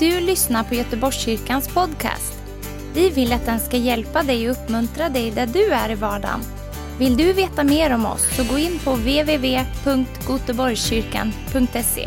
Du lyssnar på Göteborgskyrkans podcast. Vi vill att den ska hjälpa dig och uppmuntra dig där du är i vardagen. Vill du veta mer om oss så gå in på www.goteborgskyrkan.se.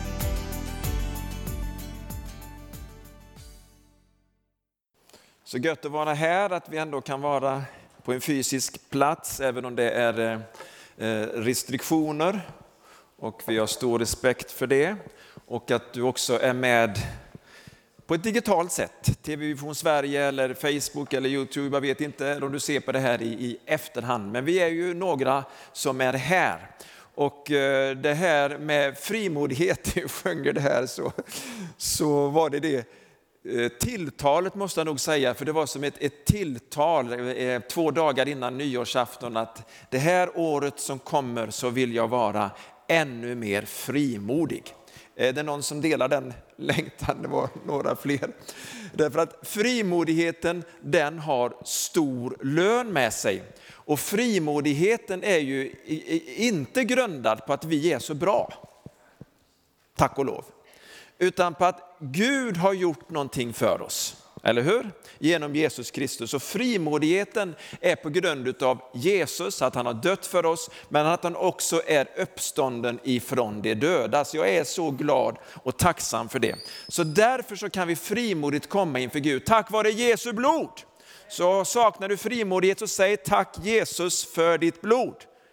Så gött att vara här, att vi ändå kan vara på en fysisk plats även om det är restriktioner. Och vi har stor respekt för det. Och att du också är med på ett digitalt sätt. TV-vision Sverige eller Facebook eller YouTube, jag vet inte om du ser på det här i efterhand. Men vi är ju några som är här. Och det här med frimodighet, jag sjunger det här så var det tilltalet måste jag nog säga, för det var som ett tilltal 2 dagar innan nyårsafton att det här året som kommer så vill jag vara ännu mer frimodig. Det är någon som delar den längtan, det var några fler. Därför att frimodigheten, den har stor lön med sig. Och frimodigheten är ju inte grundad på att vi är så bra, tack och lov. Utan på att Gud har gjort någonting för oss, eller hur? Genom Jesus Kristus. Och frimodigheten är på grund av Jesus, att han har dött för oss, men att han också är uppstånden ifrån de döda. Så jag är så glad och tacksam för det. Så därför så kan vi frimodigt komma inför Gud, tack vare Jesu blod. Så saknar du frimodighet så säg tack Jesus för ditt blod.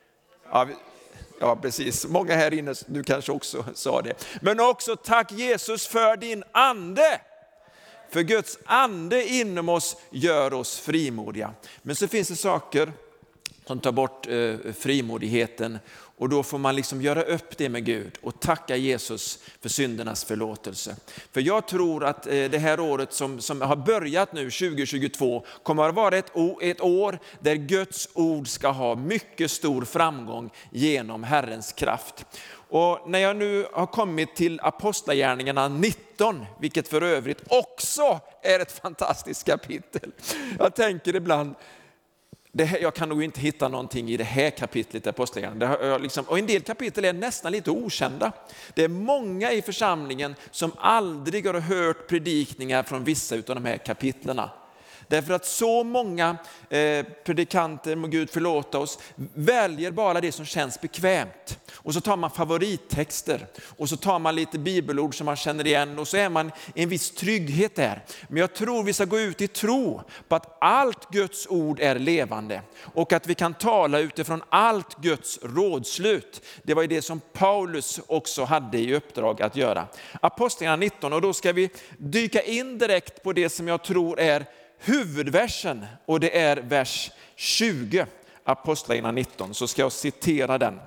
Ja, precis. Många här inne, du kanske också sa det. Men också tack Jesus för din ande. För Guds ande inom oss gör oss frimodiga. Men så finns det saker som tar bort frimodigheten. Och då får man liksom göra upp det med Gud och tacka Jesus för syndernas förlåtelse. För jag tror att det här året som har börjat nu, 2022, kommer att vara ett år där Guds ord ska ha mycket stor framgång genom Herrens kraft. Och när jag nu har kommit till Apostlagärningarna 19, vilket för övrigt också är ett fantastiskt kapitel. Jag tänker ibland, jag kan nog inte hitta någonting i det här kapitlet i Apostlagärningarna. Och en del kapitel är nästan lite okända. Det är många i församlingen som aldrig har hört predikningar från vissa av de här kapitlerna. Därför att så många predikanter, må Gud förlåta oss, väljer bara det som känns bekvämt. Och så tar man favorittexter och så tar man lite bibelord som man känner igen och så är man i en viss trygghet där. Men jag tror vi ska gå ut i tro på att allt Guds ord är levande och att vi kan tala utifrån allt Guds rådslut. Det var ju det som Paulus också hade i uppdrag att göra. Apostlagärningarna 19, och då ska vi dyka in direkt på det som jag tror är huvudversen, och det är vers 20, Apostlagärningarna 19, så ska jag citera den.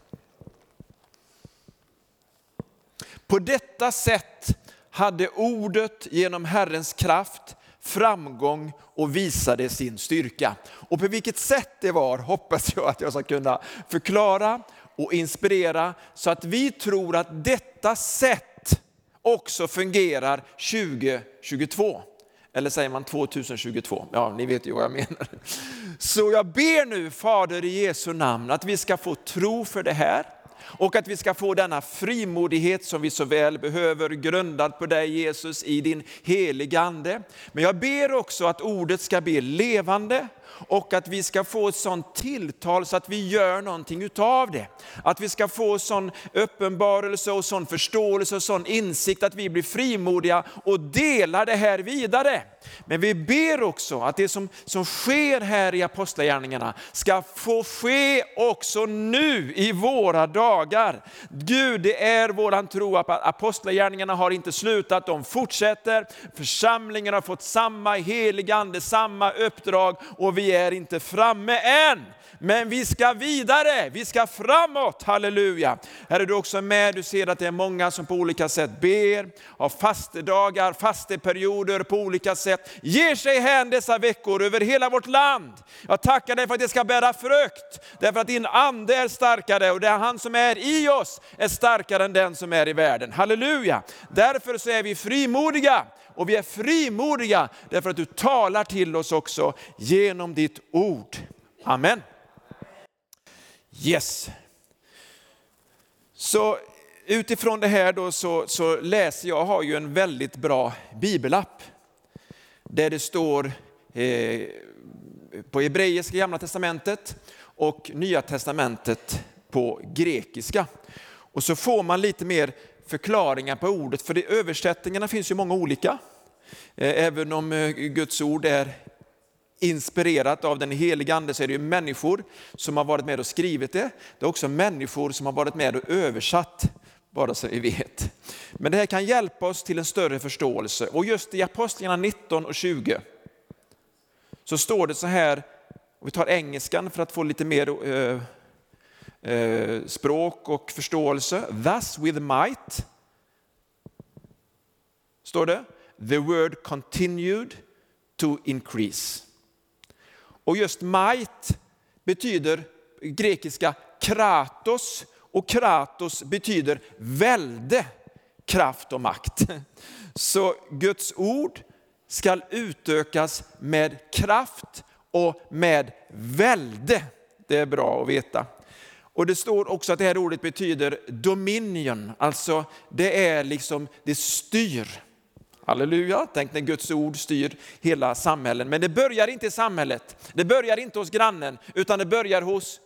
På detta sätt hade ordet genom Herrens kraft framgång och visade sin styrka. Och på vilket sätt det var hoppas jag att jag ska kunna förklara och inspirera så att vi tror att detta sätt också fungerar 2022. Eller säger man 2022? Ja, ni vet ju vad jag menar. Så jag ber nu, Fader, i Jesu namn, att vi ska få tro för det här. Och att vi ska få denna frimodighet som vi så väl behöver, grundad på dig Jesus i din heliga ande. Men jag ber också att ordet ska bli levande och att vi ska få ett sånt tilltal så att vi gör någonting utav det. Att vi ska få sån uppenbarelse och sån förståelse och sån insikt att vi blir frimodiga och delar det här vidare. Men vi ber också att det som sker här i Apostlagärningarna ska få ske också nu i våra dagar. Gud, det är våran tro att Apostlagärningarna har inte slutat, de fortsätter. Församlingen har fått samma heliga ande, samma uppdrag och vi är inte framme än. Men vi ska vidare, vi ska framåt, halleluja. Här är du också med, du ser att det är många som på olika sätt ber, har fastedagar, fasteperioder på olika sätt. Ger sig hän dessa veckor över hela vårt land. Jag tackar dig för att det ska bära frukt, därför att din ande är starkare och det är han som är i oss är starkare än den som är i världen. Halleluja, därför så är vi frimodiga. Och vi är frimodiga därför att du talar till oss också genom ditt ord. Amen. Yes. Så utifrån det här då så läser jag har ju en väldigt bra bibelapp. Där det står på hebreiska gamla testamentet och nya testamentet på grekiska. Och så får man lite mer förklaringar på ordet, för översättningarna finns ju många olika. Även om Guds ord är inspirerat av den heliga ande så är det ju människor som har varit med och skrivit det. Det är också människor som har varit med och översatt, bara så vi vet. Men det här kan hjälpa oss till en större förståelse. Och just i Apostlarna 19 och 20 så står det så här, och vi tar engelskan för att få lite mer språk och förståelse. Thus with might, står det, the word continued to increase. Och just might betyder grekiska kratos, och kratos betyder välde, kraft och makt. Så Guds ord ska utökas med kraft och med välde. Det är bra att veta. Och det står också att det här ordet betyder dominion, alltså det är liksom, det styr. Halleluja, tänk när Guds ord styr hela samhället. Men det börjar inte i samhället, det börjar inte hos grannen, utan det börjar hos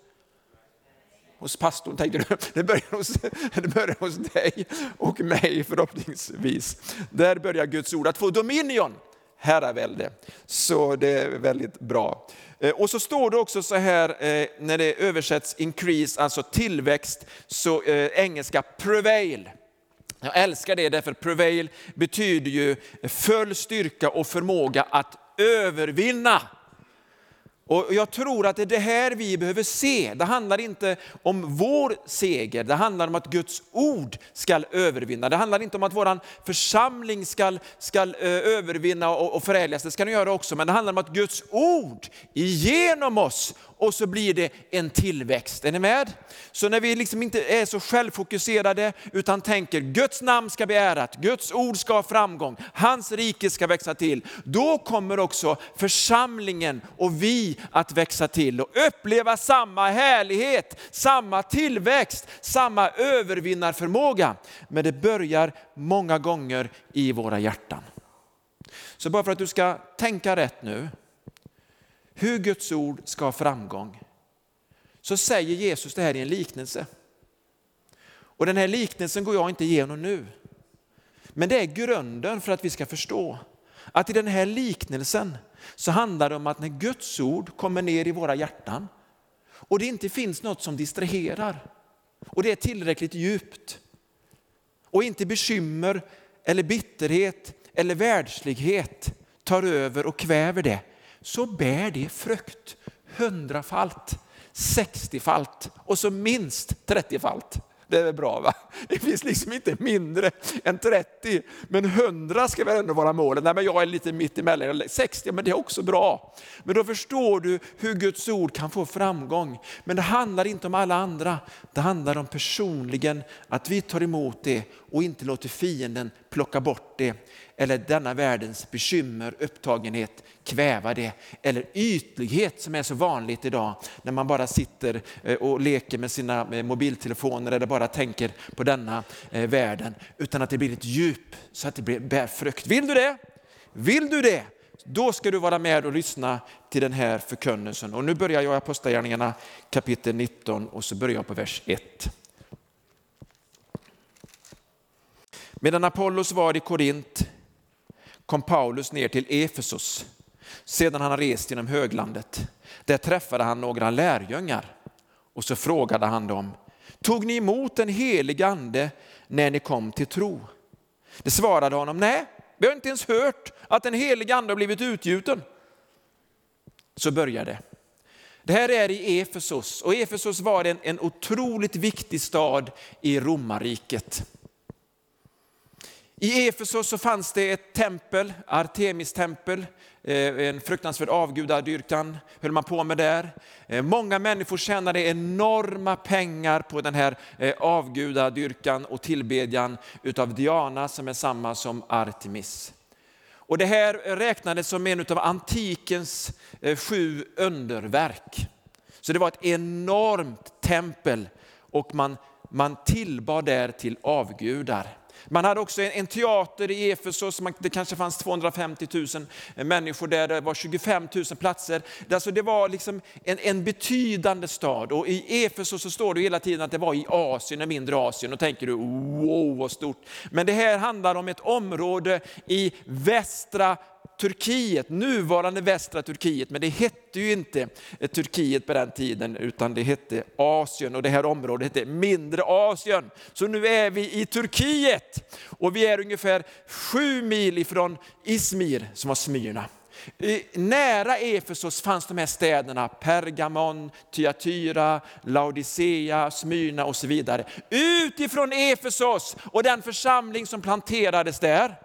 pastorn, tänkte du. Det börjar hos dig och mig förhoppningsvis. Där börjar Guds ord att få dominion, herravälde. Så det är väldigt bra. Och så står det också så här när det översätts increase, alltså tillväxt, så engelska prevail. Jag älskar det därför prevail betyder ju full styrka och förmåga att övervinna. Och jag tror att det är det här vi behöver se. Det handlar inte om vår seger. Det handlar om att Guds ord ska övervinna. Det handlar inte om att våran församling ska övervinna och förädlas. Det ska ni göra också. Men det handlar om att Guds ord igenom oss, och så blir det en tillväxt. Är ni med? Så när vi liksom inte är så självfokuserade utan tänker Guds namn ska bli ärat, Guds ord ska ha framgång, hans rike ska växa till. Då kommer också församlingen och vi att växa till och uppleva samma härlighet, samma tillväxt, samma övervinnarförmåga. Men det börjar många gånger i våra hjärtan. Så bara för att du ska tänka rätt nu, hur Guds ord ska ha framgång, så säger Jesus det här i en liknelse. Och den här liknelsen går jag inte igenom nu. Men det är grunden för att vi ska förstå att i den här liknelsen så handlar det om att när Guds ord kommer ner i våra hjärtan och det inte finns något som distraherar och det är tillräckligt djupt och inte bekymmer eller bitterhet eller världslighet tar över och kväver det, så bär det frukt 100-falt, 60-falt och så minst 30-falt. Det är bra, va? Det finns liksom inte mindre än 30, men 100 ska väl ändå vara målet. Nej, men jag är lite mitt emellan, 60, men det är också bra. Men då förstår du hur Guds ord kan få framgång. Men det handlar inte om alla andra. Det handlar om personligen att vi tar emot det och inte låter fienden plocka bort det. Eller denna världens bekymmer, upptagenhet, kväva det. Eller ytlighet som är så vanligt idag. När man bara sitter och leker med sina mobiltelefoner eller bara tänker på denna världen. Utan att det blir ett djup så att det bär frukt. Vill du det? Vill du det? Då ska du vara med och lyssna till den här förkunnelsen. Och nu börjar jag i Apostlagärningarna kapitel 19 och så börjar jag på vers 1. Medan Apollos var i Korint kom Paulus ner till Efesos sedan han rest genom höglandet. Där träffade han några lärjungar och så frågade han dem: tog ni emot en helig ande när ni kom till tro? Det svarade honom: nej, vi har inte ens hört att en helig ande har blivit utgjuten. Så började det. Det här är i Efesos, och Efesos var en otroligt viktig stad i romarriket. I Efesos så fanns det ett tempel, Artemis-tempel, en fruktansvärd avgudadyrkan höll man på med där. Många människor tjänade enorma pengar på den här avgudadyrkan och tillbedjan utav Diana som är samma som Artemis. Och det här räknades som en av antikens 7 underverk. Så det var ett enormt tempel och man man tillbad där till avgudar. Man hade också en teater i Efesos, det kanske fanns 250 000 människor där, det var 25 000 platser. Alltså det var liksom en betydande stad, och i Efesos så står det hela tiden att det var i Asien, i mindre Asien, och tänker du wow vad stort. Men det här handlar om ett område i västra Turkiet, nuvarande västra Turkiet, men det hette ju inte Turkiet på den tiden utan det hette Asien, och det här området hette mindre Asien. Så nu är vi i Turkiet och vi är ungefär 7 mil ifrån Izmir som var Smyrna. Nära Efesos fanns de här städerna Pergamon, Thyatira, Laodicea, Smyrna och så vidare. Utifrån Efesos och den församling som planterades där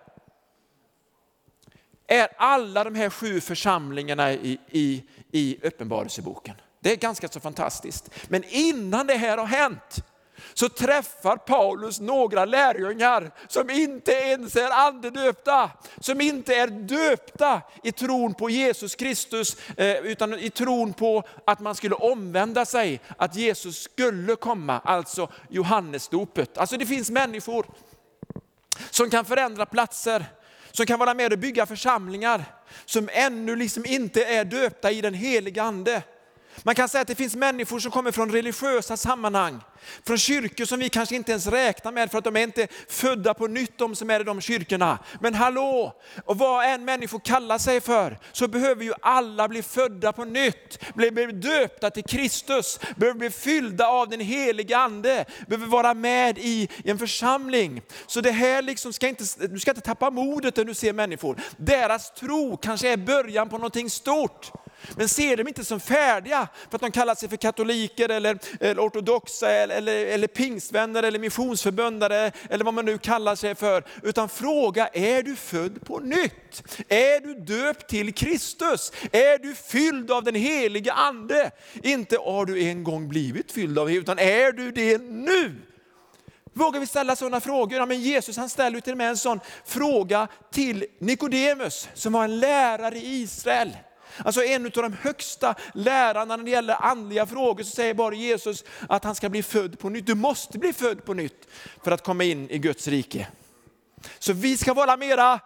är alla de här 7 församlingarna i Uppenbarelseboken. Det är ganska så fantastiskt. Men innan det här har hänt så träffar Paulus några lärjungar som inte ens är andedöpta. Som inte är döpta i tron på Jesus Kristus, utan i tron på att man skulle omvända sig. Att Jesus skulle komma, alltså Johannesdopet. Alltså det finns människor som kan förändra platser, som kan vara med och bygga församlingar, som ännu liksom inte är döpta i den heliga ande. Man kan säga att det finns människor som kommer från religiösa sammanhang, från kyrkor som vi kanske inte ens räknar med för att de är inte födda på nytt, de som är i de kyrkorna. Men hallå, och vad en människor kallar sig för, så behöver ju alla bli födda på nytt, bli döpta till Kristus, behöver bli fyllda av den heliga ande, behöver vara med i en församling. Så det här liksom du ska inte tappa modet när du ser människor. Deras tro kanske är början på någonting stort. Men ser dem inte som färdiga för att de kallar sig för katoliker eller ortodoxa eller pingstvänner eller missionsförbundare eller vad man nu kallar sig för. Utan fråga, är du född på nytt? Är du döpt till Kristus? Är du fylld av den heliga ande? Inte har du en gång blivit fylld av det, utan är du det nu? Vågar vi ställa sådana frågor? Ja, men Jesus han ställer ju till och med en sån fråga till Nikodemus som var en lärare i Israel. Alltså en av de högsta lärarna när det gäller andliga frågor, så säger bara Jesus att han ska bli född på nytt. Du måste bli född på nytt för att komma in i Guds rike. Så vi ska vara mera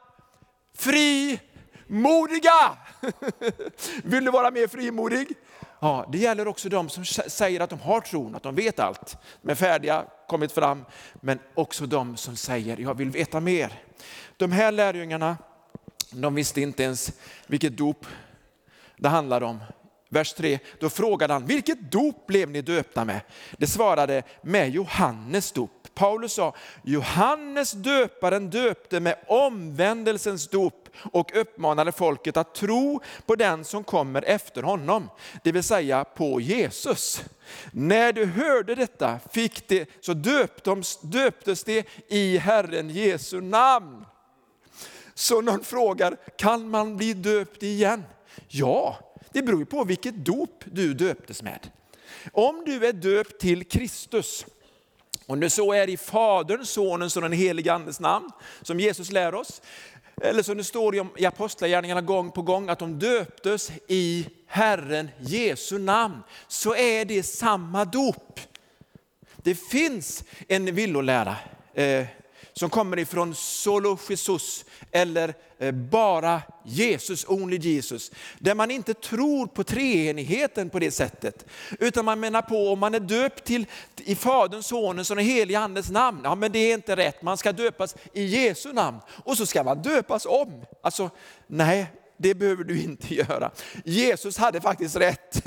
frimodiga. Vill du vara mer frimodig? Ja, det gäller också de som säger att de har tron, att de vet allt. De är färdiga, kommit fram. Men också de som säger, jag vill veta mer. De här lärjungarna, de visste inte ens vilket dop det handlar om. Vers 3, då frågade han, vilket dop blev ni döpta med? Det svarade, med Johannes dop. Paulus sa, Johannes döparen döpte med omvändelsens dop och uppmanade folket att tro på den som kommer efter honom. Det vill säga på Jesus. När du hörde detta så döptes det i Herren Jesu namn. Så någon frågar, kan man bli döpt igen? Ja, det beror på vilket dop du döptes med. Om du är döpt till Kristus, och det så är i Faderns, Sonens och den heliga Andes namn, som Jesus lär oss, eller som det står i Apostlagärningarna gång på gång, att de döptes i Herren Jesu namn, så är det samma dop. Det finns en villolära som kommer ifrån solo Jesus, eller bara Jesus, only Jesus. Där man inte tror på treenigheten på det sättet. Utan man menar på, om man är döpt i Faderns, Sonens och den heliga Andes namn. Ja, men det är inte rätt, man ska döpas i Jesu namn. Och så ska man döpas om. Alltså, nej, det behöver du inte göra. Jesus hade faktiskt rätt.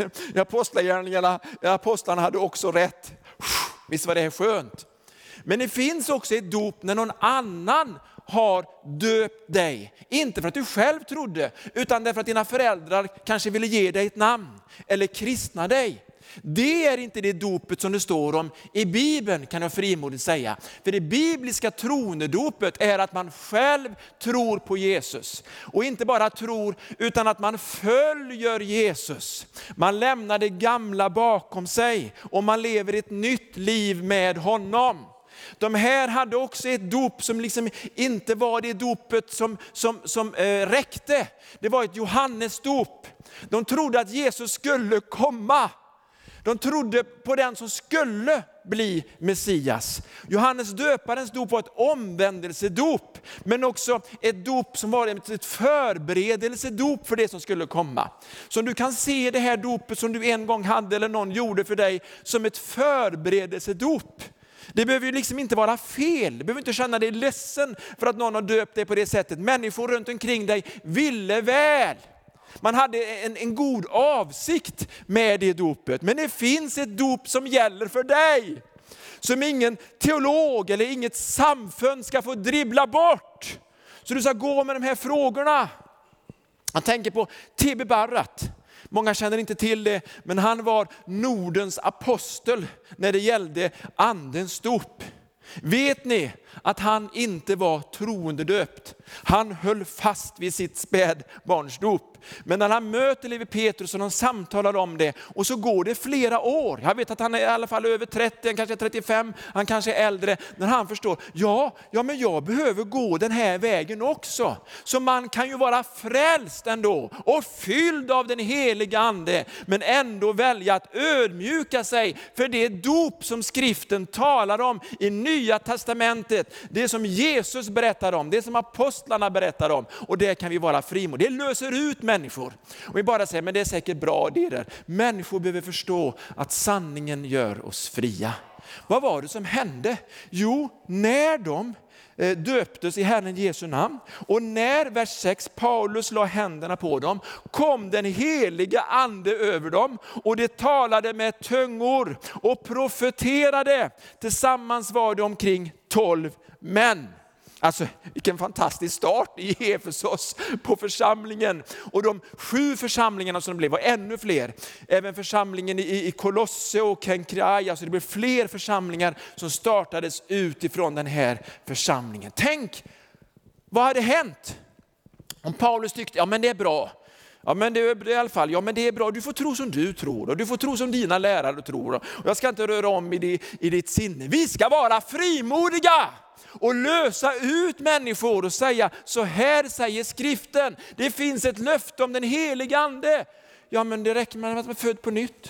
Apostlarna hade också rätt. Visst var det här skönt? Men det finns också ett dop när någon annan har döpt dig. Inte för att du själv trodde, utan därför att dina föräldrar kanske ville ge dig ett namn eller kristna dig. Det är inte det dopet som det står om i Bibeln, kan jag frimodigt säga. För det bibliska tronedopet är att man själv tror på Jesus. Och inte bara tror, utan att man följer Jesus. Man lämnar det gamla bakom sig och man lever ett nytt liv med honom. De här hade också ett dop som liksom inte var det dopet som räckte. Det var ett Johannesdop. De trodde att Jesus skulle komma. De trodde på den som skulle bli Messias. Johannes döparens dop var ett omvändelsedop, men också ett dop som var ett förberedelsedop för det som skulle komma. Så du kan se det här dopet som du en gång hade eller någon gjorde för dig som ett förberedelsedop. Det behöver ju liksom inte vara fel. Du behöver inte känna dig ledsen för att någon har döpt dig på det sättet. Människor runt omkring dig ville väl. Man hade en god avsikt med det dopet. Men det finns ett dop som gäller för dig. Som ingen teolog eller inget samfund ska få dribbla bort. Så du ska gå med de här frågorna. Jag tänker på T.B. Barratt. Många känner inte till det, men han var Nordens apostel när det gällde andens dop. Vet ni att han inte var troende döpt? Han höll fast vid sitt spädbarnsdop. Men när han möter Levi Petrus och de samtalar om det, och så går det flera år. Jag vet att han är i alla fall över 30, han kanske är 35, han kanske är äldre. När han förstår, ja men jag behöver gå den här vägen också. Så man kan ju vara frälst ändå och fylld av den heliga ande, men ändå välja att ödmjuka sig för det dop som skriften talar om i Nya testamentet. Det som Jesus berättar om, det som apostlarna berättar om. Och det kan vi vara frimodiga. Det löser ut människor. Och vi bara säger, men det är säkert bra det där. Människor behöver förstå att sanningen gör oss fria. Vad var det som hände? Jo, när de döptes i Herren Jesu namn, och när, vers 6, Paulus la händerna på dem, kom den heliga ande över dem, och det talade med tungor och profeterade. Tillsammans var det omkring 12 män. Alltså vilken fantastisk start i Efesos på församlingen. Och de 7 församlingarna som det blev var ännu fler. Även församlingen i Kolosse och Kenkraya. Alltså det blev fler församlingar som startades utifrån den här församlingen. Tänk, vad hade hänt om Paulus tyckte, ja men det är bra. Ja men det är i alla fall, ja men det är bra. Du får tro som du tror och du får tro som dina lärare tror. Och jag ska inte röra om i ditt sinne. Vi ska vara frimodiga och lösa ut människor och säga, så här säger skriften. Det finns ett löfte om den heliga ande. Ja men det räcker med att man är född på nytt.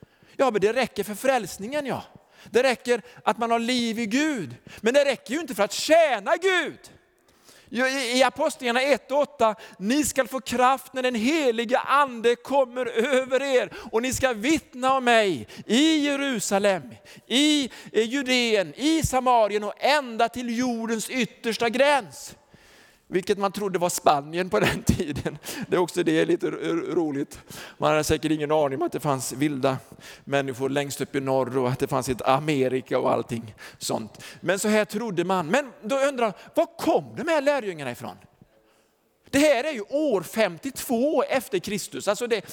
Ja men det räcker för frälsningen, ja. Det räcker att man har liv i Gud. Men det räcker ju inte för att tjäna Gud. I Apostlagärningarna 1:8, ni ska få kraft när den heliga ande kommer över er, och ni ska vittna om mig i Jerusalem, i Judeen, i Samarien och ända till jordens yttersta gräns. Vilket man trodde var Spanien på den tiden. Det är också det lite roligt. Man hade säkert ingen aning om att det fanns vilda människor längst upp i norr och att det fanns ett Amerika och allting sånt. Men så här trodde man. Men då undrar jag, var kom de här lärjungarna ifrån? Det här är ju år 52 efter Kristus. Alltså det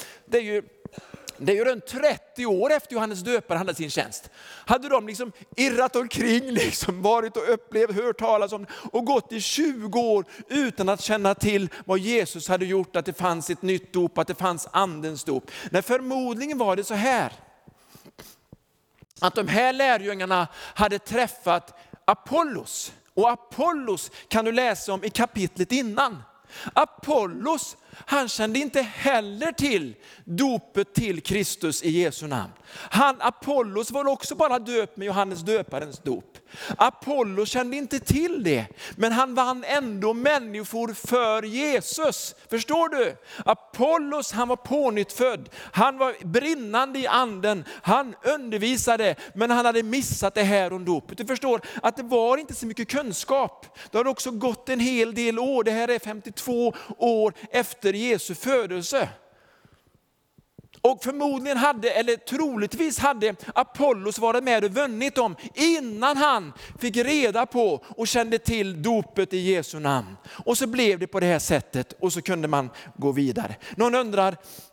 är ju runt 30 år efter Johannes döpare hade sin tjänst. Hade de liksom irrat omkring, liksom varit och upplevt, hört talas om och gått i 20 år utan att känna till vad Jesus hade gjort, att det fanns ett nytt dop, att det fanns andens dop. Nej, förmodligen var det så här. Att de här lärjungarna hade träffat Apollos. Och Apollos kan du läsa om i kapitlet innan. Apollos, han kände inte heller till dopet till Kristus i Jesu namn. Apollos var också bara döpt med Johannes döparens dop. Apollos kände inte till det, men han vann ändå människor för Jesus. Förstår du? Apollos, han var pånyttfödd. Han var brinnande i anden. Han undervisade, men han hade missat det här om dopet. Du förstår att det var inte så mycket kunskap. Det har också gått en hel del år. Det här är 52 år efter Jesu födelse. Och förmodligen troligtvis hade Apollos varit med och vunnit dem innan han fick reda på och kände till dopet i Jesu namn. Och så blev det på det här sättet och så kunde man gå vidare. Någon undrar,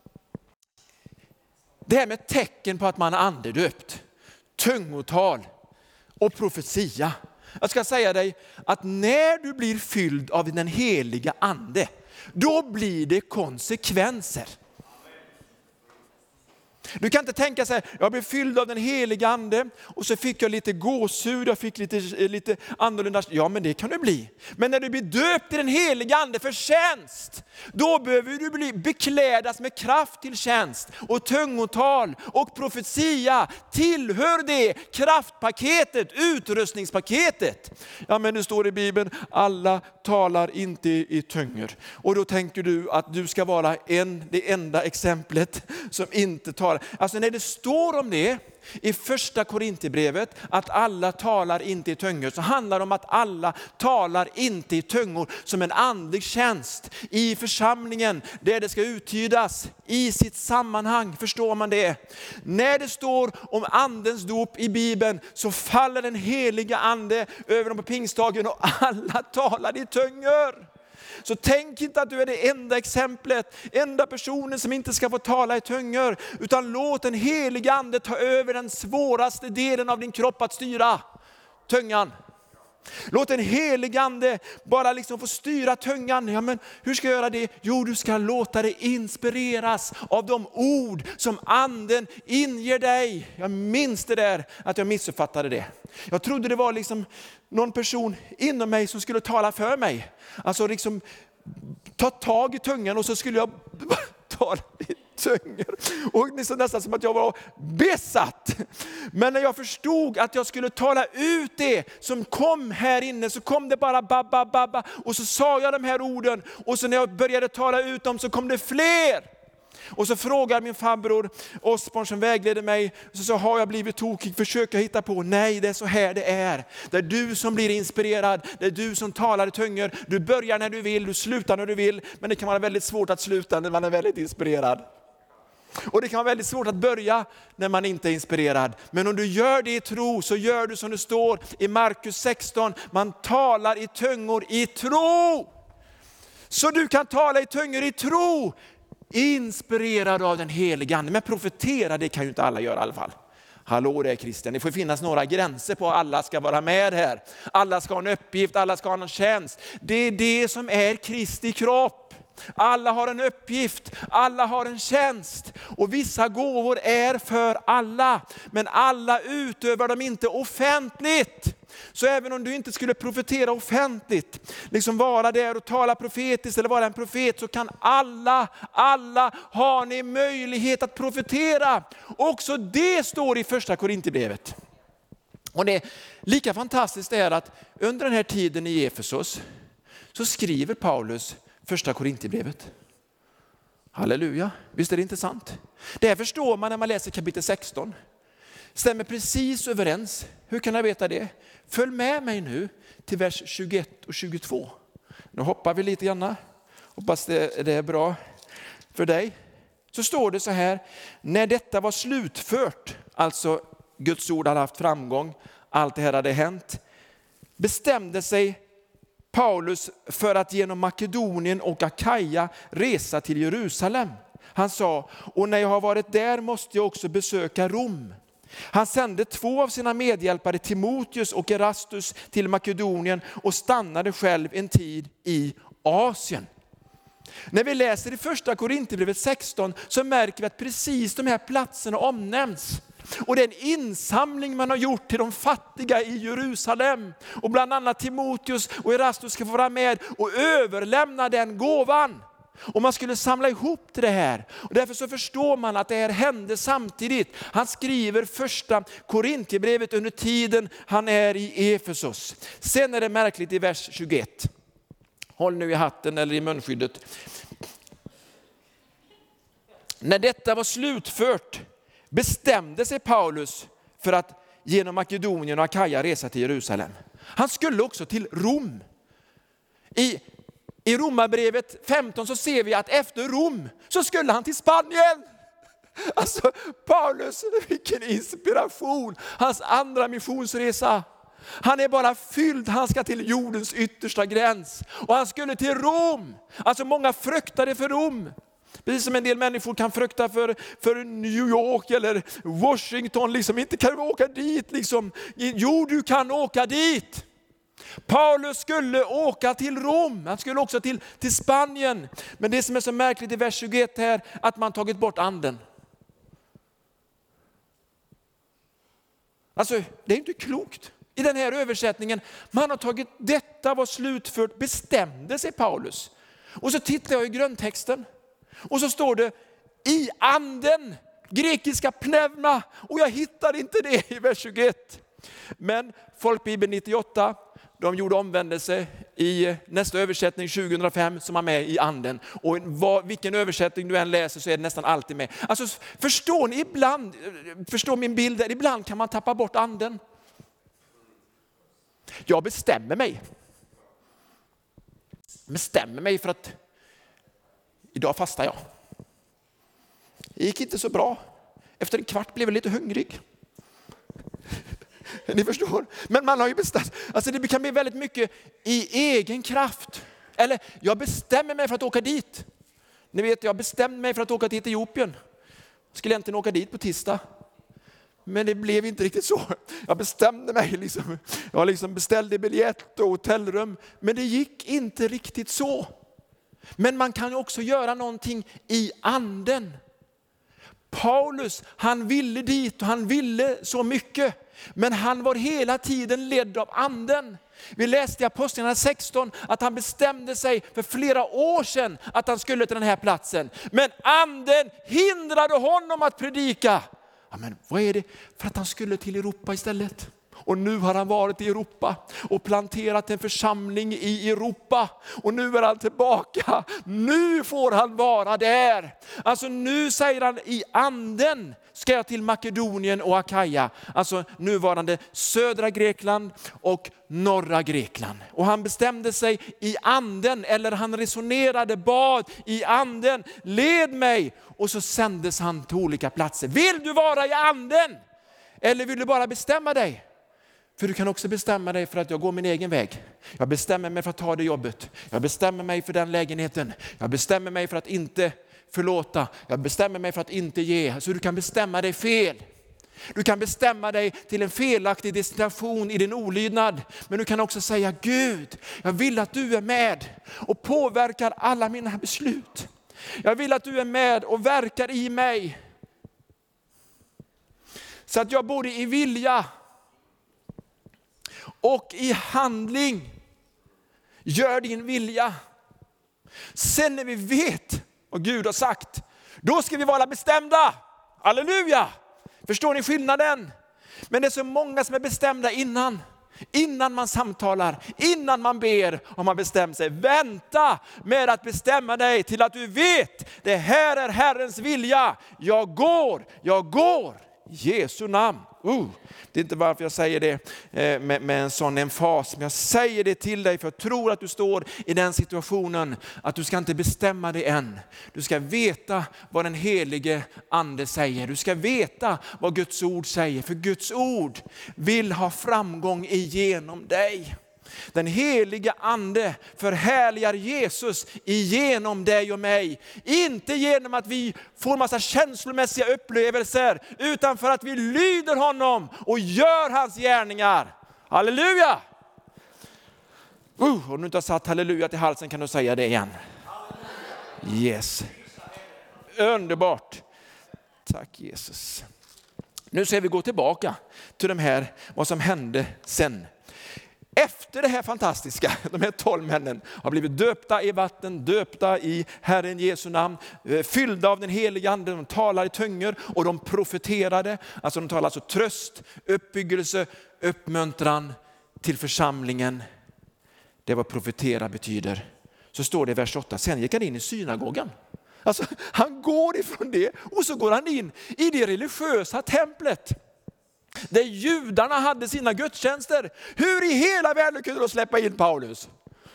det här med tecken på att man är andedöpt, tungotal och profetia. Jag ska säga dig att när du blir fylld av den heliga ande, då blir det konsekvenser. Du kan inte tänka så här, jag blev fylld av den heliga ande och så fick jag lite gåshud, jag fick lite annorlunda. Ja, men det kan du bli. Men när du blir döpt i den heliga ande för tjänst, då behöver du beklädas med kraft till tjänst. Och tungotal och profetia tillhör det kraftpaketet, utrustningspaketet. Ja, men det står i Bibeln, alla talar inte i tungor. Och då tänker du att du ska vara det enda exemplet som inte talar. Alltså när det står om det i första Korinthierbrevet att alla talar inte i tungor, så handlar det om att alla talar inte i tungor som en andlig tjänst i församlingen där det ska uttydas i sitt sammanhang. Förstår man det? När det står om andens dop i Bibeln så faller den heliga ande över dem på pingstdagen och alla talar i tungor. Så tänk inte att du är det enda exemplet, enda personen som inte ska få tala i tungor, utan låt den heliga ande ta över den svåraste delen av din kropp att styra, tungan. Låt den heliga ande bara liksom få styra tungan. Ja, men hur ska jag göra det? Jo, du ska låta dig inspireras av de ord som anden inger dig. Jag minns det där att jag missuppfattade det. Jag trodde det var liksom någon person inom mig som skulle tala för mig. Alltså liksom ta tag i tungan och så skulle jag tala i tungor. Och nästan som att jag var besatt. Men när jag förstod att jag skulle tala ut det som kom här inne, så kom det bara babba. Och så sa jag de här orden. Och så när jag började tala ut dem så kom det fler. Och så frågar min farbror Osborn som vägleder mig, så sa, har jag blivit tokig? Försöker hitta på. Nej, det är så här det är. Det är du som blir inspirerad. Det är du som talar i tungor. Du börjar när du vill, du slutar när du vill. Men det kan vara väldigt svårt att sluta när man är väldigt inspirerad. Och det kan vara väldigt svårt att börja när man inte är inspirerad. Men om du gör det i tro, så gör du som det står i Markus 16. Man talar i tungor i tro. Så du kan tala i tungor i tro. Inspirerad av den heliga ande. Men profetera, det kan ju inte alla göra i alla fall. Hallå där Christian, det får finnas några gränser på alla ska vara med här. Alla ska ha en uppgift, alla ska ha en tjänst. Det är det som är Kristi kropp. Alla har en uppgift, alla har en tjänst. Och vissa gåvor är för alla. Men alla utövar dem inte offentligt. Så även om du inte skulle profetera offentligt, liksom vara där och tala profetiskt eller vara en profet, så kan alla har ni möjlighet att profetera. Också det står i första Korinthierbrevet. Och det lika fantastiskt är att under den här tiden i Efesos så skriver Paulus första Korinthierbrevet. Halleluja, visst är det intressant? Det här förstår man när man läser kapitel 16. Stämmer precis överens. Hur kan jag veta det? Följ med mig nu till vers 21 och 22. Nu hoppar vi lite grann. Hoppas det är bra för dig. Så står det så här. När detta var slutfört, alltså Guds ord hade haft framgång, allt det här hade hänt, bestämde sig Paulus för att genom Makedonien och Akaja resa till Jerusalem. Han sa, och när jag har varit där måste jag också besöka Rom. Han sände 2 av sina medhjälpare, Timoteus och Erastus, till Makedonien och stannade själv en tid i Asien. När vi läser i första Korinthierbrevet 16 så märker vi att precis de här platserna omnämns. Och det är en insamling man har gjort till de fattiga i Jerusalem. Och bland annat Timoteus och Erastus ska få vara med och överlämna den gåvan. Och man skulle samla ihop till det här. Och därför så förstår man att det här hände samtidigt. Han skriver första Korinthierbrevet under tiden han är i Efesos. Sen är det märkligt i vers 21. Håll nu i hatten eller i munskyddet. När detta var slutfört bestämde sig Paulus för att genom Makedonien och Akaja resa till Jerusalem. Han skulle också till Rom. I Romarbrevet 15 så ser vi att efter Rom så skulle han till Spanien. Alltså Paulus, vilken inspiration. Hans andra missionsresa. Han är bara fylld, han ska till jordens yttersta gräns. Och han skulle till Rom. Alltså många fruktade för Rom. Precis som en del människor kan frukta för New York eller Washington. Liksom. Inte kan du åka dit. Liksom. Jo, du kan åka dit. Paulus skulle åka till Rom. Han skulle också till Spanien. Men det som är så märkligt i vers 21 här, att man tagit bort anden. Alltså det är inte klokt. I den här översättningen, man har tagit detta var slutfört, bestämde sig Paulus. Och så tittar jag i grundtexten och så står det i anden, grekiska pneuma, och jag hittar inte det i vers 21. Men Folkbibeln 98, de gjorde omvändelse i nästa översättning 2005 som är med i anden. Och vilken översättning du än läser så är det nästan alltid med. Alltså förstår ni ibland, förstår min bild där, ibland kan man tappa bort anden. Jag bestämmer mig för att idag fastar jag. Det gick inte så bra. Efter en kvart blev jag lite hungrig. Ni förstår? Men man har ju bestämt. Alltså det kan bli väldigt mycket i egen kraft. Eller jag bestämmer mig för att åka dit. Ni vet, jag bestämde mig för att åka till Etiopien. Jag skulle egentligen åka dit på tisdag. Men det blev inte riktigt så. Jag bestämde mig liksom. Jag beställde biljett och hotellrum. Men det gick inte riktigt så. Men man kan ju också göra någonting i anden. Paulus, han ville dit och han ville så mycket. Men han var hela tiden ledd av anden. Vi läste i Apostlagärningarna 16 att han bestämde sig för flera år sedan att han skulle till den här platsen. Men anden hindrade honom att predika. Ja, men vad är det? För att han skulle till Europa istället. Och nu har han varit i Europa och planterat en församling i Europa. Och nu är han tillbaka. Nu får han vara där. Alltså nu säger han i anden ska jag till Makedonien och Akaja. Alltså nuvarande södra Grekland och norra Grekland. Och han bestämde sig i anden, eller han resonerade, bad i anden. Led mig. Och så sändes han till olika platser. Vill du vara i anden? Eller vill du bara bestämma dig? För du kan också bestämma dig för att jag går min egen väg. Jag bestämmer mig för att ta det jobbet. Jag bestämmer mig för den lägenheten. Jag bestämmer mig för att inte förlåta. Jag bestämmer mig för att inte ge. Så du kan bestämma dig fel. Du kan bestämma dig till en felaktig destination i din olydnad. Men du kan också säga, Gud, jag vill att du är med och påverkar alla mina beslut. Jag vill att du är med och verkar i mig. Så att jag både i vilja och i handling gör din vilja. Sen när vi vet vad Gud har sagt, då ska vi vara bestämda. Halleluja! Förstår ni skillnaden? Men det är så många som är bestämda innan man samtalar, innan man ber, om man bestämmer sig. Vänta med att bestämma dig till att du vet, det här är Herrens vilja. Jag går. Jesu namn. Det är inte varför jag säger det med en sån emfas. Men jag säger det till dig för jag tror att du står i den situationen att du ska inte bestämma dig än. Du ska veta vad den helige ande säger. Du ska veta vad Guds ord säger. För Guds ord vill ha framgång igenom dig. Den heliga ande förhärligar Jesus igenom dig och mig. Inte genom att vi får massa känslomässiga upplevelser, utan för att vi lyder honom och gör hans gärningar. Halleluja! Om du inte har satt halleluja till halsen kan du säga det igen. Yes. Underbart. Tack Jesus. Nu ska vi gå tillbaka till vad som hände sen. Efter det här fantastiska, de här 12 männen har blivit döpta i vatten, döpta i Herren Jesu namn, fyllda av den heliga ande, de talar i tungor och de profeterade. Alltså de talar alltså tröst, uppbyggelse, uppmuntran till församlingen. Det är vad profetera betyder. Så står det i vers 8, sen gick han in i synagogan. Alltså han går ifrån det och så går han in i det religiösa templet. Där judarna hade sina gudstjänster. Hur i hela världen kunde de släppa in Paulus?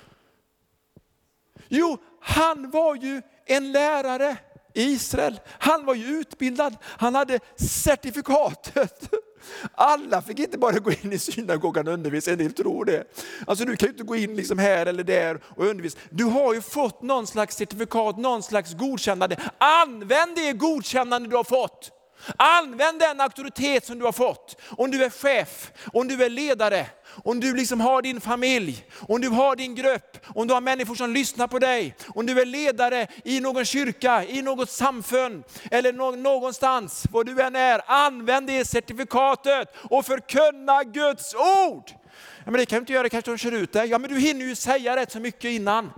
Jo, han var ju en lärare i Israel. Han var ju utbildad. Han hade certifikatet. Alla fick inte bara gå in i synagogan och undervisa. En del tror det. Alltså du kan ju inte gå in liksom här eller där och undervisa. Du har ju fått någon slags certifikat, någon slags godkännande. Använd det godkännande du har fått. Använd den auktoritet som du har fått. Om du är chef, om du är ledare, om du liksom har din familj, om du har din grupp, om du har människor som lyssnar på dig, om du är ledare i någon kyrka, i något samfund eller någonstans, var du än är, använd det certifikatet och förkunna Guds ord. Ja, men det kan du inte göra, kanske de kör ut dig. Ja, men du hinner ju säga rätt så mycket innan.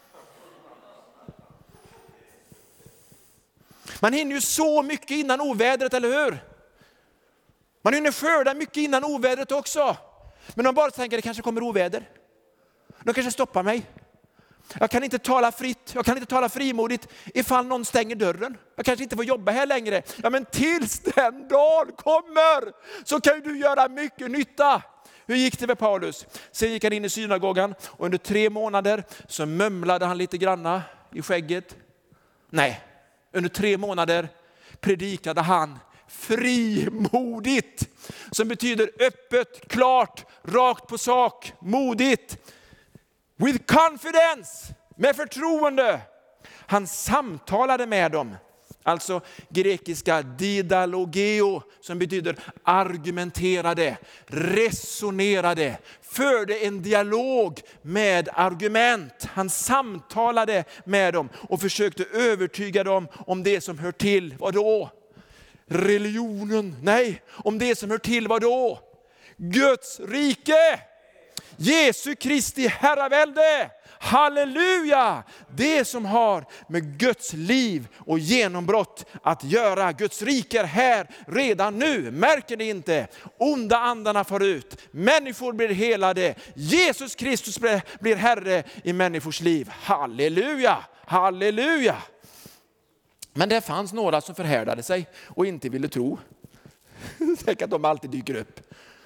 Man hinner ju så mycket innan ovädret, eller hur? Man hinner skörda mycket innan ovädret också. Men de bara tänker, det kanske kommer oväder. De kanske stoppar mig. Jag kan inte tala fritt, jag kan inte tala frimodigt ifall någon stänger dörren. Jag kanske inte får jobba här längre. Ja, men tills den dagen kommer så kan du göra mycket nytta. Hur gick det med Paulus? Sen gick han in i synagogan och under 3 månader så mumlade han lite granna i skägget. Nej, under 3 månader predikade han frimodigt. Som betyder öppet, klart, rakt på sak, modigt. With confidence, med förtroende. Han samtalade med dem. Alltså grekiska didalogeo som betyder argumenterade, resonerade, förde en dialog med argument. Han samtalade med dem och försökte övertyga dem om det som hör till. Vad då? Religionen? Nej, om det som hör till vad då? Guds rike. Jesu Kristi herravälde. Halleluja! Det som har med Guds liv och genombrott att göra. Guds rike är här redan nu. Märker ni inte? Onda andarna far ut. Människor blir helade. Jesus Kristus blir herre i människors liv. Halleluja! Halleluja! Men det fanns några som förhärdade sig och inte ville tro. Tänk att de alltid dyker upp.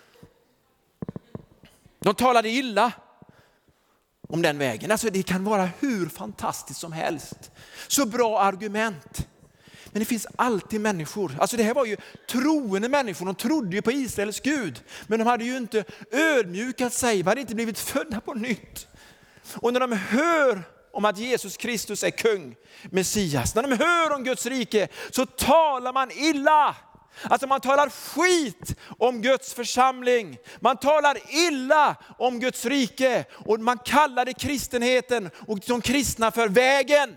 De talade illa om den vägen. Alltså det kan vara hur fantastiskt som helst. Så bra argument. Men det finns alltid människor. Alltså det här var ju troende människor. De trodde ju på Israels Gud. Men de hade ju inte ödmjukat sig. De hade inte blivit födda på nytt. Och när de hör om att Jesus Kristus är kung, Messias. När de hör om Guds rike så talar man illa. Alltså man talar skit om Guds församling. Man talar illa om Guds rike. Och man kallade kristenheten och de kristna för vägen.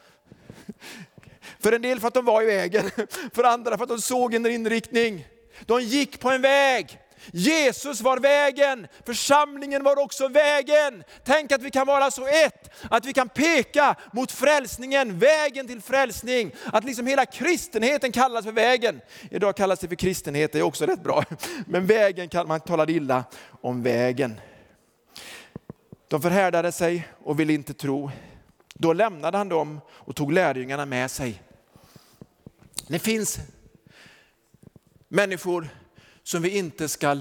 För en del för att de var i vägen. För andra för att de såg en inriktning. De gick på en väg. Jesus var vägen. Församlingen var också vägen. Tänk att vi kan vara så ett. Att vi kan peka mot frälsningen. Vägen till frälsning. Att liksom hela kristenheten kallas för vägen. Idag kallas det för kristenhet. Det är också rätt bra. Men vägen kan man tala illa om vägen. De förhärdade sig och ville inte tro. Då lämnade han dem och tog lärjungarna med sig. Det finns människor som vi inte ska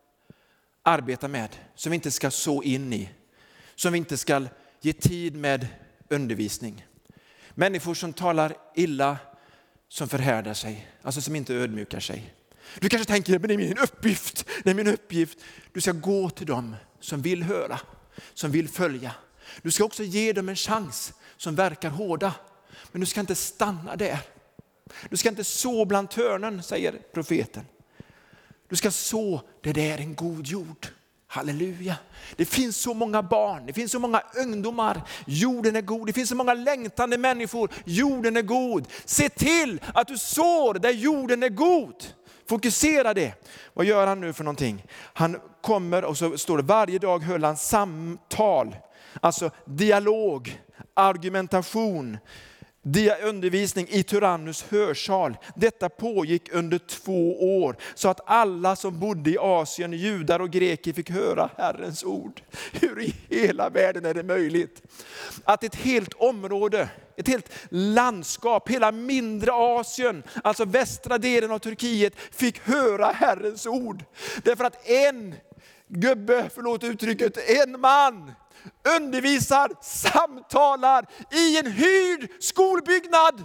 arbeta med, som vi inte ska så in i, som vi inte ska ge tid med undervisning. Människor som talar illa, som förhärdar sig, alltså som inte ödmjukar sig. Du kanske tänker, men det är min uppgift. Du ska gå till dem som vill höra, som vill följa. Du ska också ge dem en chans som verkar hårda, men du ska inte stanna där. Du ska inte så bland törnen, säger profeten. Du ska så det där en god jord. Halleluja. Det finns så många barn. Det finns så många ungdomar. Jorden är god. Det finns så många längtande människor. Jorden är god. Se till att du sår där jorden är god. Fokusera det. Vad gör han nu för någonting? Han kommer och så står det varje dag höll han samtal. Alltså dialog, argumentation. Undervisning i Tyrannus hörsal. Detta pågick under 2 år. Så att alla som bodde i Asien, judar och greker, fick höra Herrens ord. Hur i hela världen är det möjligt? Att ett helt område, ett helt landskap, hela mindre Asien, alltså västra delen av Turkiet, fick höra Herrens ord. Därför att en gubbe, förlåt uttrycket, en man undervisar, samtalar i en hyrd skolbyggnad.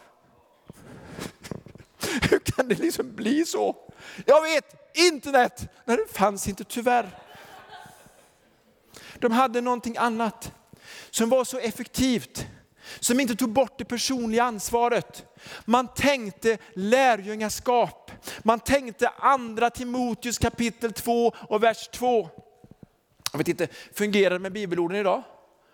Hur kan det liksom bli så? Jag vet, internet, när det fanns inte tyvärr. De hade någonting annat som var så effektivt. som inte tog bort det personliga ansvaret. Man tänkte lärjungaskap. Man tänkte andra Timoteus kapitel 2 och vers 2. Jag vet inte, fungerar det med bibelorden idag?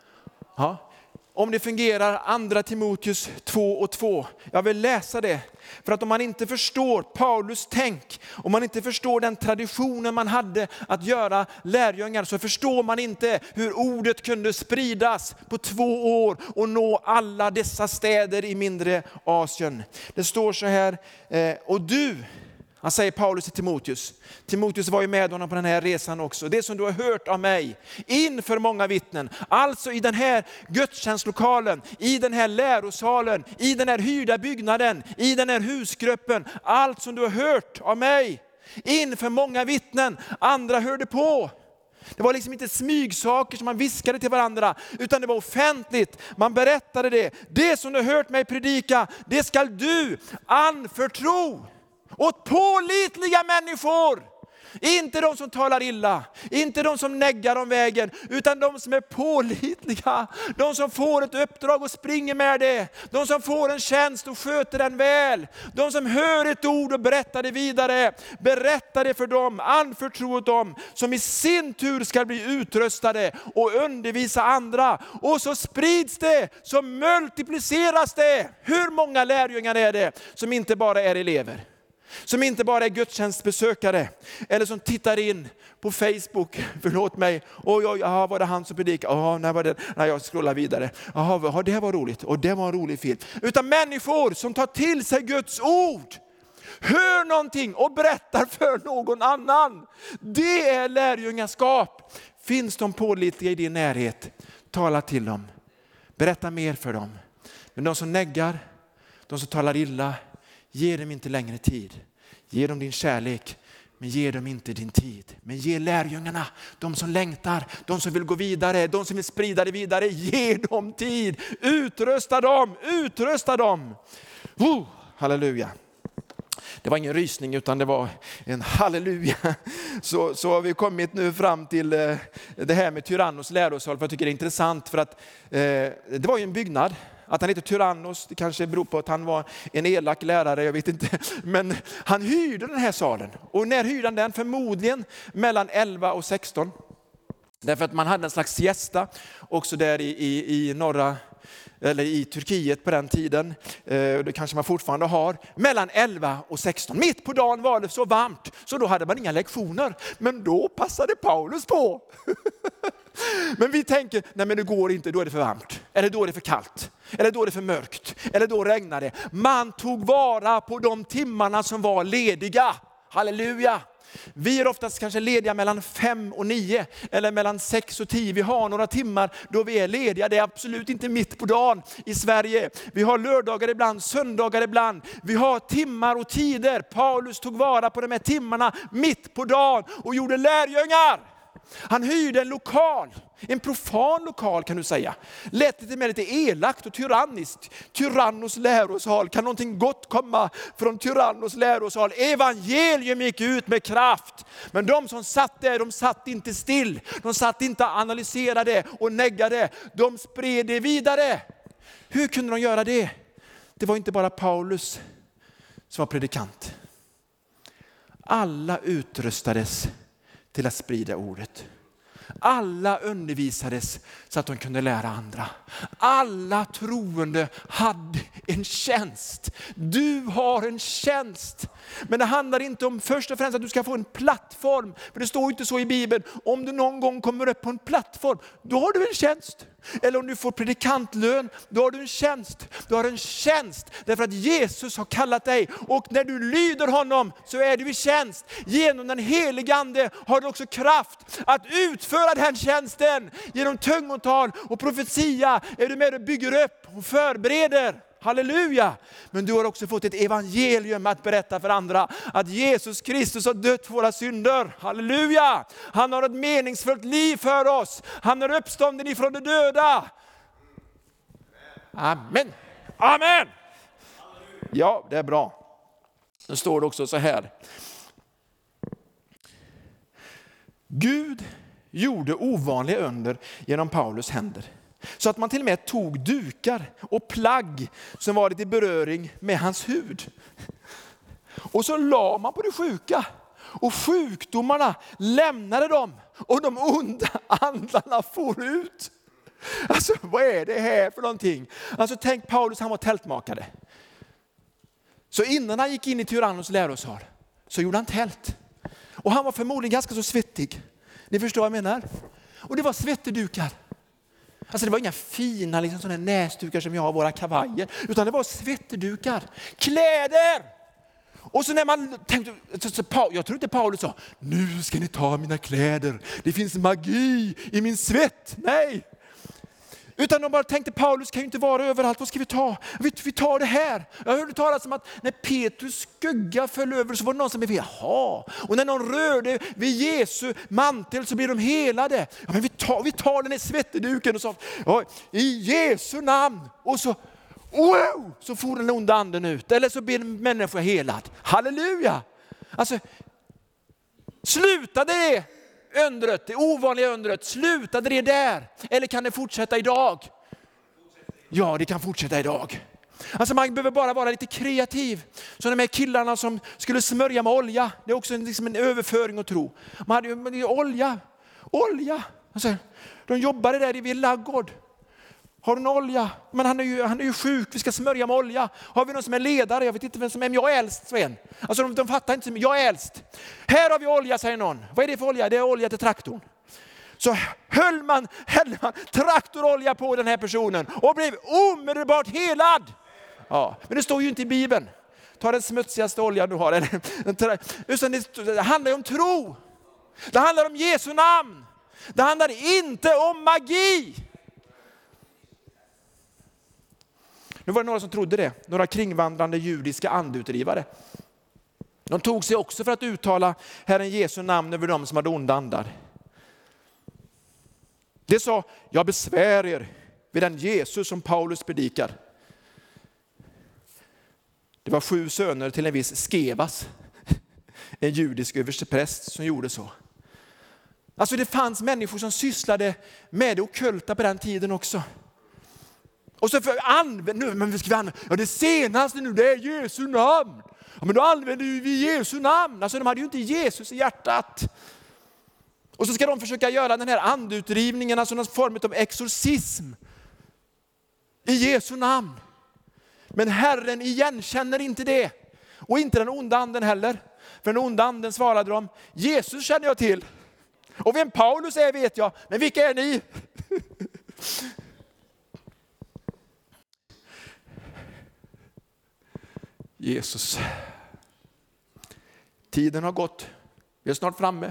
Ja. Om det fungerar, andra Timoteus 2 och 2. Jag vill läsa det. För att om man inte förstår Paulus tänk, om man inte förstår den traditionen man hade att göra lärjungar, så förstår man inte hur ordet kunde spridas på 2 år och nå alla dessa städer i mindre Asien. Det står så här, och du, han säger Paulus till Timoteus. Timoteus var ju med honom på den här resan också. Det som du har hört av mig inför många vittnen. Alltså i den här gudstjänstlokalen, i den här lärosalen, i den här hyrda byggnaden, i den här husgruppen. Allt som du har hört av mig inför många vittnen. Andra hörde på. Det var liksom inte smygsaker som man viskade till varandra, utan det var offentligt. Man berättade det. Det som du har hört mig predika, det ska du anförtro åt pålitliga människor. Inte de som talar illa, inte de som neggar om vägen, utan de som är pålitliga. De som får ett uppdrag och springer med det. De som får en tjänst och sköter den väl. De som hör ett ord och berättar det vidare. Berättar det för dem, anförtro åt dem, som i sin tur ska bli utrustade och undervisa andra. Och så sprids det, så multipliceras det. Hur många lärjungar är det som inte bara är elever? Som inte bara är gudstjänstbesökare eller som tittar in på Facebook, förlåt mig, var det han som predikade? När var det? Nej, jag scrollar vidare. Det var roligt och det var en rolig film. Utan människor som tar till sig Guds ord, hör någonting och berättar för någon annan. Det är lärjungaskap. Finns de pålitliga i din närhet, tala till dem. Berätta mer för dem. Men de som neggar, de som talar illa, ge dem inte längre tid. Ge dem din kärlek, men ge dem inte din tid. Men ge lärjungarna, de som längtar, de som vill gå vidare, de som vill sprida det vidare, ge dem tid. Utrusta dem. Halleluja. Det var ingen rysning utan det var en halleluja. Så har vi kommit nu fram till det här med Tyrannos lärosal. För jag tycker det är intressant för att det var ju en byggnad. Att han heter Tyrannos, det kanske beror på att han var en elak lärare, jag vet inte. Men han hyrde den här salen. Och när hyrde han den? Förmodligen mellan 11 och 16. Därför att man hade en slags siesta också där i norra, eller i Turkiet på den tiden. Det kanske man fortfarande har. Mellan 11 och 16. Mitt på dagen var det så varmt så då hade man inga lektioner. Men då passade Paulus på. Men vi tänker, nej men det går inte, då är det för varmt. Eller då är det för kallt. Eller då är det för mörkt. Eller då regnar det. Man tog vara på de timmarna som var lediga. Halleluja! Vi är oftast kanske lediga mellan 5 och 9 eller mellan 6 och 10. Vi har några timmar då vi är lediga. Det är absolut inte mitt på dagen i Sverige. Vi har lördagar ibland, söndagar ibland. Vi har timmar och tider. Paulus tog vara på de här timmarna mitt på dagen och gjorde lärjungar. Han hyrde en lokal, en profan lokal kan du säga. Lät det med lite elakt och tyranniskt. Tyrannos lärosal, kan någonting gott komma från Tyrannos lärosal? Evangelium gick ut med kraft. Men de som satt där, de satt inte still. De satt inte och analyserade och neggade. De spred det vidare. Hur kunde de göra det? Det var inte bara Paulus som var predikant. Alla utrustades till att sprida ordet. Alla undervisades så att de kunde lära andra. Alla troende hade en tjänst. Du har en tjänst. Men det handlar inte om först och främst att du ska få en plattform. För det står inte så i Bibeln. Om du någon gång kommer upp på en plattform, då har du en tjänst. Eller om du får predikantlön, då har du en tjänst. Du har en tjänst därför att Jesus har kallat dig. Och när du lyder honom så är du i tjänst. Genom den helige ande har du också kraft att utföra den tjänsten. Genom tungotal och profetia är du med och bygger upp och förbereder. Halleluja! Men du har också fått ett evangelium att berätta för andra. Att Jesus Kristus har dött för våra synder. Halleluja! Han har ett meningsfullt liv för oss. Han är uppstånden ifrån de döda. Amen! Amen! Ja, det är bra. Nu står det också så här. Gud gjorde ovanliga under genom Paulus händer. Så att man till och med tog dukar och plagg som varit i beröring med hans hud. Och så la man på det sjuka. Och sjukdomarna lämnade dem. Och de onda andarna for ut. Alltså vad är det här för någonting? Alltså tänk Paulus, han var tältmakare. Så innan han gick in i Tyrannos lärosal så gjorde han tält. Och han var förmodligen ganska så svettig. Ni förstår vad jag menar? Och det var svettedukar. Alltså det var inga fina liksom, sådana näsdukar som jag har våra kavajer. Utan det var svettedukar. Kläder! Och så när man tänkte, jag tror inte Paulus sa, nu ska ni ta mina kläder. Det finns magi i min svett. Nej! Utan de bara tänkte, Paulus kan ju inte vara överallt, vad ska vi ta? Vi tar det här. Jag hörde talas om att när Petrus skugga föll över så var det någon som blev, jaha. Och när någon rörde vid Jesu mantel så blev de helade. Ja, men vi tar den här svetteduken och sa, ja, i Jesu namn. Och så, wow, så får den onda anden ut. Eller så blir människan helad. Halleluja! Alltså, slutade det undret, det ovanliga undret, slutade det där? Eller kan det fortsätta idag? Ja, det kan fortsätta idag. Alltså man behöver bara vara lite kreativ. Så de här killarna som skulle smörja med olja, det är också liksom en överföring att tro. Man hade ju olja. Alltså, de jobbade där vid laggård. Har du någon olja? Men han är ju sjuk, vi ska smörja med olja. Har vi någon som är ledare? Jag vet inte vem som är, men jag är äldst, Sven. Alltså de fattar inte, jag är äldst. Här har vi olja, säger någon. Vad är det för olja? Det är olja till traktorn. Så hällde man traktorolja på den här personen och blev omedelbart helad. Ja, men det står ju inte i Bibeln. Ta den smutsigaste oljan du har. Det handlar om tro. Det handlar om Jesu namn. Det handlar inte om magi. Nu var det några som trodde det. Några kringvandrande judiska andutdrivare. De tog sig också för att uttala Herren Jesu namn över dem som hade onda andar. Det sa, jag besvär er vid den Jesus som Paulus predikar. Det var 7 söner till en viss Skevas. En judisk överstepräst som gjorde så. Alltså det fanns människor som sysslade med det ockulta på den tiden också. Och så det senaste nu, det är Jesu namn. Ja, men då använder vi Jesu namn. Alltså de hade ju inte Jesus i hjärtat. Och så ska de försöka göra den här andutdrivningen, alltså någon form av exorcism i Jesu namn. Men Herren igenkänner inte det. Och inte den onda anden heller. För den onda anden svarade de, Jesus känner jag till. Och vem Paulus är vet jag, men vilka är ni? Jesus. Tiden har gått. Vi är snart framme.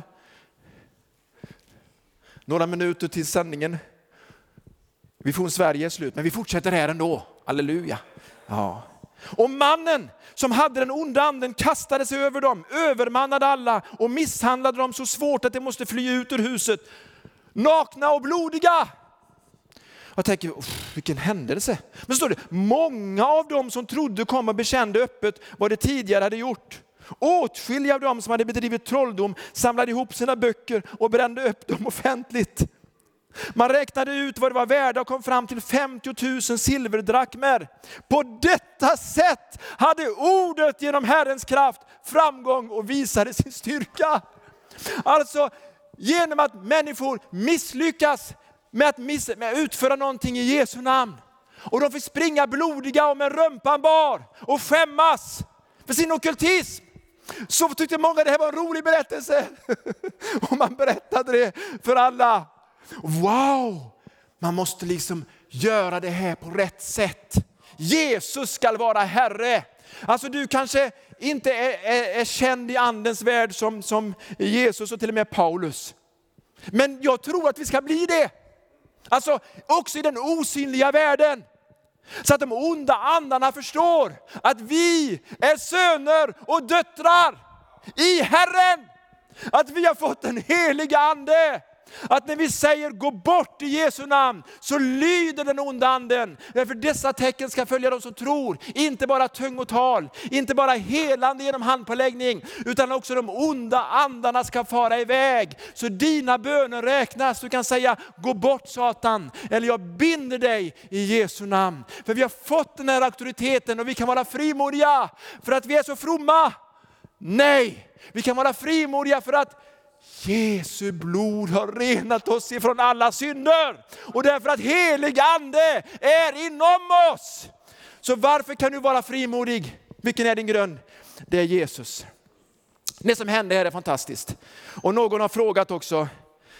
Några minuter till sändningen. Vision Sverige är slut, men vi fortsätter här ändå. Halleluja. Ja. Och mannen som hade den onda anden kastade sig över dem, övermannade alla och misshandlade dem så svårt att de måste fly ut ur huset. Nakna och blodiga. Jag tänker, vilken händelse. Men så står det, många av dem som trodde kom och bekände öppet vad det tidigare hade gjort. Åtskilliga av dem som hade bedrivit trolldom samlade ihop sina böcker och brände upp dem offentligt. Man räknade ut vad det var värda och kom fram till 50 000 silverdrakmer. På detta sätt hade ordet genom Herrens kraft framgång och visade sin styrka. Alltså genom att människor misslyckas med att utföra någonting i Jesu namn. Och de fick springa blodiga och med rumpan bar och skämmas för sin ockultism. Så tyckte många det här var en rolig berättelse. Och man berättade det för alla. Wow, man måste liksom göra det här på rätt sätt. Jesus ska vara Herre. Alltså du kanske inte är känd i andens värld som Jesus och till och med Paulus. Men jag tror att vi ska bli det. Alltså också i den osynliga världen. Så att de onda andarna förstår att vi är söner och döttrar i Herren. Att vi har fått en helig ande. Att när vi säger gå bort i Jesu namn så lyder den onda anden. Därför dessa tecken ska följa de som tror. Inte bara tungotal, inte bara helande genom handpåläggning, utan också de onda andarna ska fara iväg. Så dina böner räknas. Du kan säga gå bort Satan, eller jag binder dig i Jesu namn. För vi har fått den här auktoriteten och vi kan vara frimodiga för att vi är så fromma. Nej, vi kan vara frimodiga för att Jesu blod har renat oss ifrån alla synder. Och därför att helig ande är inom oss. Så varför kan du vara frimodig? Vilken är din grund? Det är Jesus. Det som hände här är fantastiskt. Och någon har frågat också,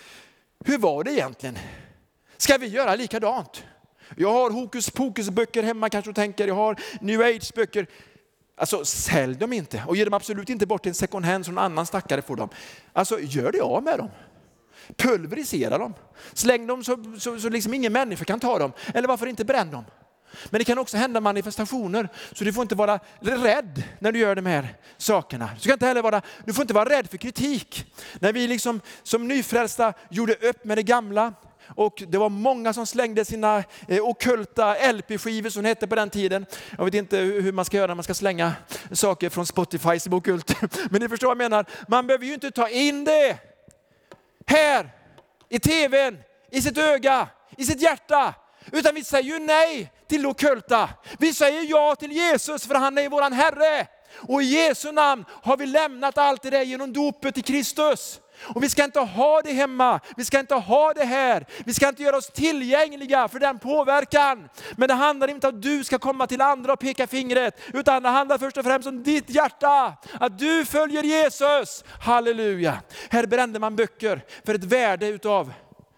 hur var det egentligen? Ska vi göra likadant? Jag har hokus pokus böcker hemma kanske du tänker. Jag har New Age böcker. Alltså sälj dem inte och ge dem absolut inte bort till en second hand som någon annan stackare får dem. Alltså gör det av med dem. Pulverisera dem. Släng dem så liksom ingen människa kan ta dem. Eller varför inte bränn dem. Men det kan också hända manifestationer. Så du får inte vara rädd när du gör de här sakerna. Du får inte vara rädd för kritik. När vi liksom som nyfrälsta gjorde upp med det gamla. Och det var många som slängde sina ockulta LP-skivor som hette på den tiden. Jag vet inte hur man ska göra när man ska slänga saker från Spotify som ockult. Men ni förstår vad jag menar. Man behöver ju inte ta in det här i tvn, i sitt öga, i sitt hjärta. Utan vi säger ju nej till det ockulta. Vi säger ja till Jesus för han är våran Herre. Och i Jesu namn har vi lämnat allt det där genom dopet i Kristus. Och vi ska inte ha det hemma. Vi ska inte ha det här. Vi ska inte göra oss tillgängliga för den påverkan. Men det handlar inte om att du ska komma till andra och peka fingret. Utan det handlar först och främst om ditt hjärta. Att du följer Jesus. Halleluja. Här brände man böcker för ett värde utav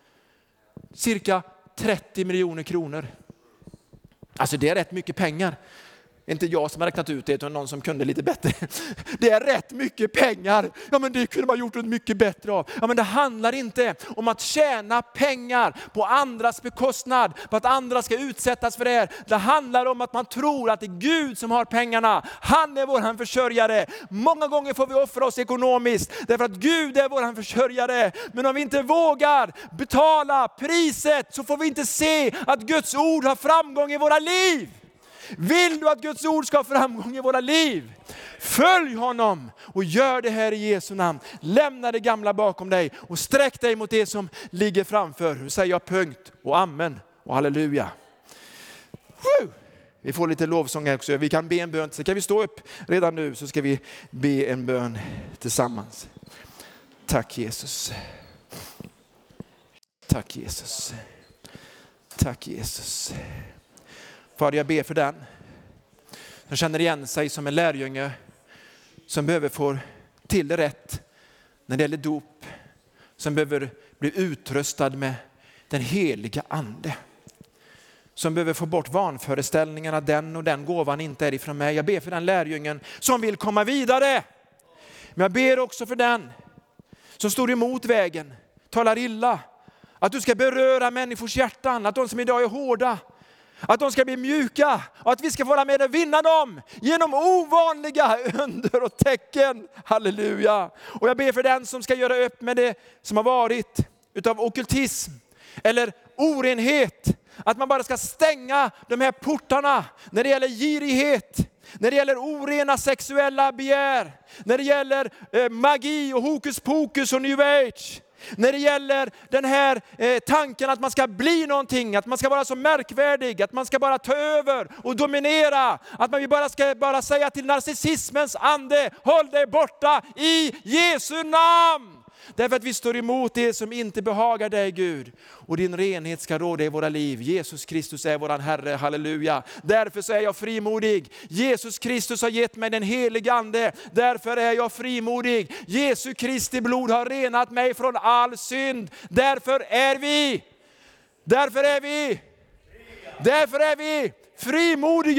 cirka 30 miljoner kronor. Alltså det är rätt mycket pengar. Inte jag som har räknat ut det utan någon som kunde lite bättre. Det är rätt mycket pengar. Ja men det kunde man gjort mycket bättre av. Ja men det handlar inte om att tjäna pengar på andras bekostnad. På att andra ska utsättas för det här. Det handlar om att man tror att det är Gud som har pengarna. Han är våran försörjare. Många gånger får vi offra oss ekonomiskt. Därför att Gud är våran försörjare. Men om vi inte vågar betala priset så får vi inte se att Guds ord har framgång i våra liv. Vill du att Guds ord ska ha framgång i våra liv? Följ honom och gör det här i Jesu namn. Lämna det gamla bakom dig och sträck dig mot det som ligger framför. Nu säger jag punkt och amen och halleluja. Vi får lite lovsång här också. Vi kan be en bön. Så kan vi stå upp redan nu så ska vi be en bön tillsammans. Tack Jesus. Tack Jesus. Tack Jesus. Fader, jag ber för den som känner igen sig som en lärjunge som behöver få till det rätt när det gäller dop. Som behöver bli utrustad med den heliga ande. Som behöver få bort vanföreställningarna, den och den gåvan inte är ifrån mig. Jag ber för den lärjungen som vill komma vidare. Men jag ber också för den som står emot vägen, talar illa. Att du ska beröra människors hjärtan, att de som idag är hårda, att de ska bli mjuka och att vi ska få vara med och vinna dem genom ovanliga under och tecken. Halleluja. Och jag ber för den som ska göra upp med det som har varit utav ockultism eller orenhet. Att man bara ska stänga de här portarna när det gäller girighet, när det gäller orena sexuella begär, när det gäller magi och hokus pokus och new age. När det gäller den här tanken att man ska bli någonting, att man ska vara så märkvärdig, att man ska bara ta över och dominera, att man bara ska säga till narcissismens ande, håll dig borta i Jesu namn. Därför att vi står emot det som inte behagar dig Gud. Och din renhet ska råda i våra liv. Jesus Kristus är våran Herre, halleluja. Därför så är jag frimodig. Jesus Kristus har gett mig den heliga ande. Därför är jag frimodig. Jesu Kristi blod har renat mig från all synd. Därför är vi frimodiga.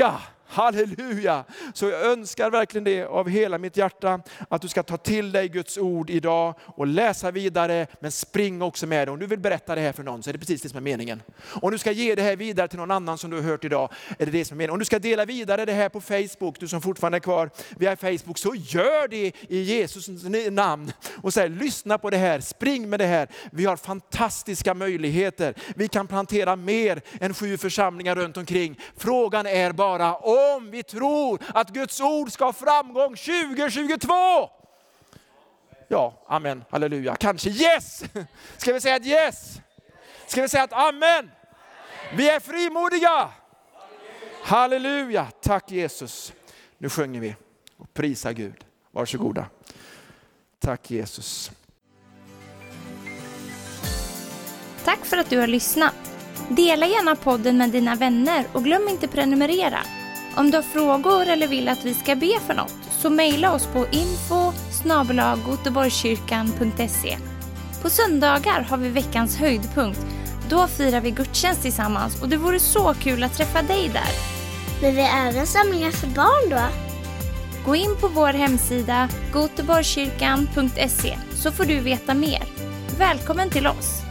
Halleluja! Så jag önskar verkligen det av hela mitt hjärta, att du ska ta till dig Guds ord idag och läsa vidare, men spring också med det. Om du vill berätta det här för någon så är det precis det som är meningen. Om du ska ge det här vidare till någon annan som du har hört idag, är det det som är meningen. Om du ska dela vidare det här på Facebook, du som fortfarande är kvar via Facebook, så gör det i Jesus namn och säg, lyssna på det här, spring med det här. Vi har fantastiska möjligheter. Vi kan plantera mer än 7 församlingar runt omkring. Frågan är bara om vi tror att Guds ord ska ha framgång 2022. Ja, amen, halleluja. Kanske yes. Ska vi säga ett yes? Ska vi säga ett amen? Vi är frimodiga. Halleluja, tack Jesus. Nu sjunger vi och prisar Gud. Varsågoda. Tack Jesus. Tack för att du har lyssnat. Dela gärna podden med dina vänner och glöm inte prenumerera. Om du har frågor eller vill att vi ska be för något, så mejla oss på info@goteborgskyrkan.se. På söndagar har vi veckans höjdpunkt. Då firar vi gudstjänst tillsammans och det vore så kul att träffa dig där. Men vi är även samlingar för barn då? Gå in på vår hemsida goteborgskyrkan.se så får du veta mer. Välkommen till oss!